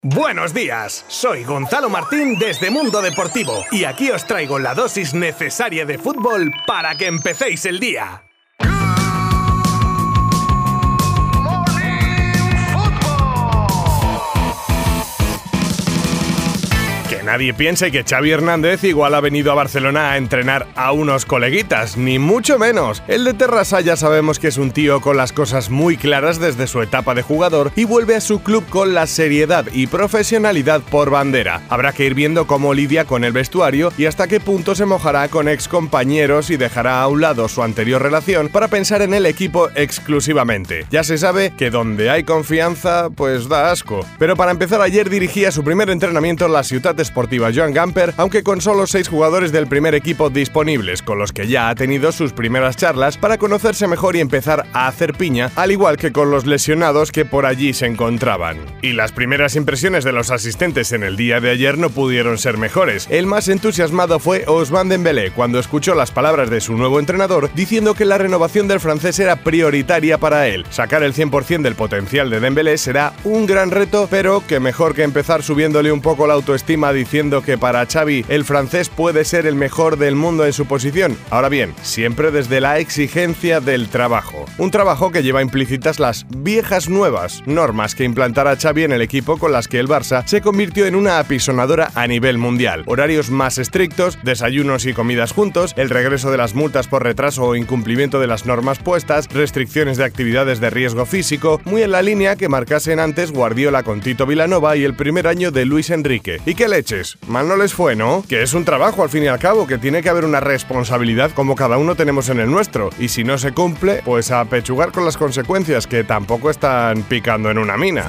Buenos días, soy Gonzalo Martín desde Mundo Deportivo y aquí os traigo la dosis necesaria de fútbol para que empecéis el día. Que nadie piense que Xavi Hernández igual ha venido a Barcelona a entrenar a unos coleguitas, ni mucho menos. El de Terrassa ya sabemos que es un tío con las cosas muy claras desde su etapa de jugador y vuelve a su club con la seriedad y profesionalidad por bandera. Habrá que ir viendo cómo lidia con el vestuario y hasta qué punto se mojará con excompañeros y dejará a un lado su anterior relación para pensar en el equipo exclusivamente. Ya se sabe que donde hay confianza, pues da asco. Pero para empezar, ayer dirigía su primer entrenamiento en la Ciutat Esportiva Joan Gamper, aunque con solo 6 jugadores del primer equipo disponibles, con los que ya ha tenido sus primeras charlas para conocerse mejor y empezar a hacer piña, al igual que con los lesionados que por allí se encontraban. Y las primeras impresiones de los asistentes en el día de ayer no pudieron ser mejores. El más entusiasmado fue Ousmane Dembélé cuando escuchó las palabras de su nuevo entrenador diciendo que la renovación del francés era prioritaria para él. Sacar el 100% del potencial de Dembélé será un gran reto, pero que mejor que empezar subiéndole un poco la autoestima diciendo que para Xavi el francés puede ser el mejor del mundo en su posición. Ahora bien, siempre desde la exigencia del trabajo. Un trabajo que lleva implícitas las viejas nuevas normas que implantará Xavi en el equipo con las que el Barça se convirtió en una apisonadora a nivel mundial. Horarios más estrictos, desayunos y comidas juntos, el regreso de las multas por retraso o incumplimiento de las normas puestas, restricciones de actividades de riesgo físico, muy en la línea que marcasen antes Guardiola con Tito Vilanova y el primer año de Luis Enrique. ¿Y qué leches? Mal no les fue, ¿no? Que es un trabajo al fin y al cabo, que tiene que haber una responsabilidad como cada uno tenemos en el nuestro, y si no se cumple, pues a pechugar con las consecuencias, que tampoco están picando en una mina.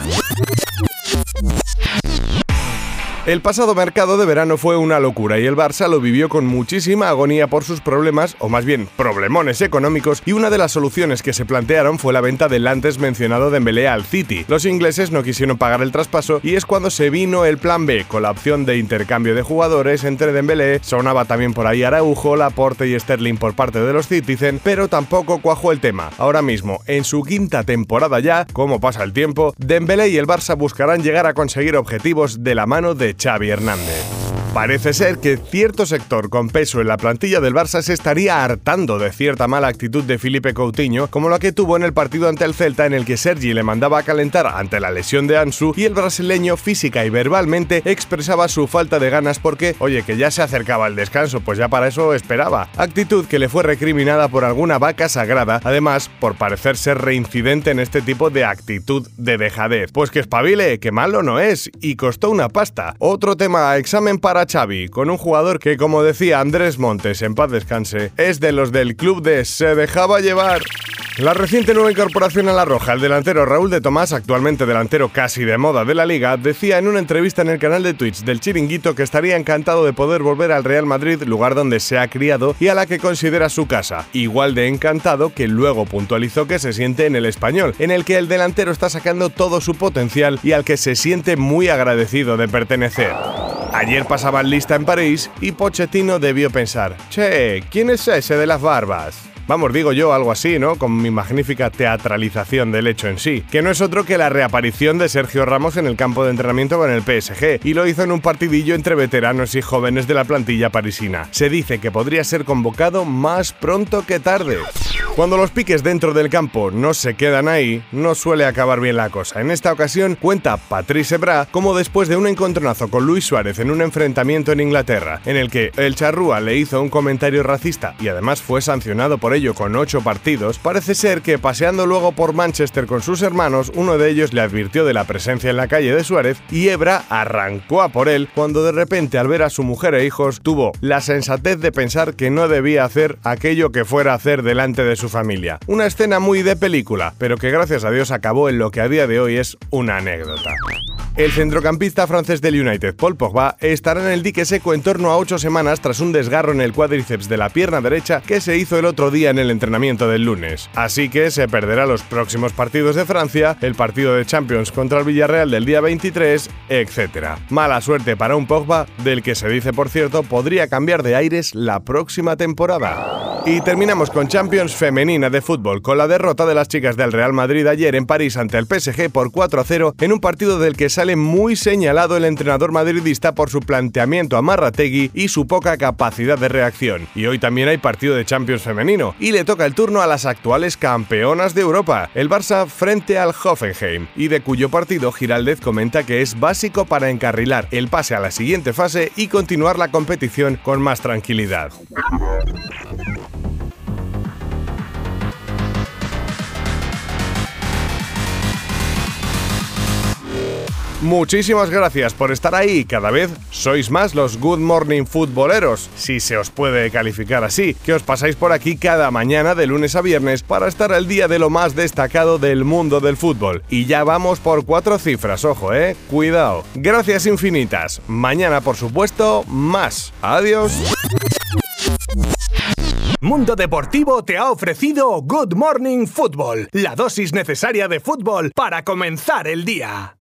El pasado mercado de verano fue una locura y el Barça lo vivió con muchísima agonía por sus problemas, o más bien problemones económicos, y una de las soluciones que se plantearon fue la venta del antes mencionado Dembélé al City. Los ingleses no quisieron pagar el traspaso y es cuando se vino el plan B, con la opción de intercambio de jugadores entre Dembélé, sonaba también por ahí Araujo, Laporte y Sterling por parte de los Citizen, pero tampoco cuajó el tema. Ahora mismo, en su quinta temporada ya, como pasa el tiempo, Dembélé y el Barça buscarán llegar a conseguir objetivos de la mano de Xavi Hernández. Parece ser que cierto sector con peso en la plantilla del Barça se estaría hartando de cierta mala actitud de Philippe Coutinho, como la que tuvo en el partido ante el Celta, en el que Sergi le mandaba a calentar ante la lesión de Ansu y el brasileño física y verbalmente expresaba su falta de ganas porque, oye, que ya se acercaba el descanso, pues ya para eso esperaba. Actitud que le fue recriminada por alguna vaca sagrada, además por parecer ser reincidente en este tipo de actitud de dejadez. Pues que espabile, que malo no es, y costó una pasta. Otro tema, examen para Xavi, con un jugador que, como decía Andrés Montes, en paz descanse, es de los del club de se dejaba llevar. La reciente nueva incorporación a la roja, el delantero Raúl de Tomás, actualmente delantero casi de moda de la liga, decía en una entrevista en el canal de Twitch del Chiringuito que estaría encantado de poder volver al Real Madrid, lugar donde se ha criado y a la que considera su casa. Igual de encantado que luego puntualizó que se siente en el Español, en el que el delantero está sacando todo su potencial y al que se siente muy agradecido de pertenecer. Ayer pasaban lista en París y Pochettino debió pensar: che, ¿quién es ese de las barbas? Vamos, digo yo, algo así, ¿no? Con mi magnífica teatralización del hecho en sí, que no es otro que la reaparición de Sergio Ramos en el campo de entrenamiento con el PSG, y lo hizo en un partidillo entre veteranos y jóvenes de la plantilla parisina. Se dice que podría ser convocado más pronto que tarde. Cuando los piques dentro del campo no se quedan ahí, no suele acabar bien la cosa. En esta ocasión cuenta Patrice Evra cómo después de un encontronazo con Luis Suárez en un enfrentamiento en Inglaterra, en el que el charrúa le hizo un comentario racista y además fue sancionado por ello con 8 partidos, parece ser que paseando luego por Manchester con sus hermanos, uno de ellos le advirtió de la presencia en la calle de Suárez y Evra arrancó a por él cuando de repente, al ver a su mujer e hijos, tuvo la sensatez de pensar que no debía hacer aquello que fuera a hacer delante de su familia. Una escena muy de película, pero que gracias a Dios acabó en lo que a día de hoy es una anécdota. El centrocampista francés del United, Paul Pogba, estará en el dique seco en torno a 8 semanas tras un desgarro en el cuádriceps de la pierna derecha que se hizo el otro día en el entrenamiento del lunes. Así que se perderá los próximos partidos de Francia, el partido de Champions contra el Villarreal del día 23, etc. Mala suerte para un Pogba, del que se dice, por cierto, podría cambiar de aires la próxima temporada. Y terminamos con Champions Femenina. femenina de fútbol, con la derrota de las chicas del Real Madrid ayer en París ante el PSG por 4-0 en un partido del que sale muy señalado el entrenador madridista por su planteamiento a Marrategui y su poca capacidad de reacción. Y hoy también hay partido de Champions femenino, y le toca el turno a las actuales campeonas de Europa, el Barça frente al Hoffenheim, y de cuyo partido Giraldez comenta que es básico para encarrilar el pase a la siguiente fase y continuar la competición con más tranquilidad. Muchísimas gracias por estar ahí, cada vez sois más los Good Morning futboleros, si se os puede calificar así, que os pasáis por aquí cada mañana de lunes a viernes para estar al día de lo más destacado del mundo del fútbol. Y ya vamos por 4 cifras, ojo, cuidado. Gracias infinitas. Mañana, por supuesto, más. Adiós. Mundo Deportivo te ha ofrecido Good Morning Football, la dosis necesaria de fútbol para comenzar el día.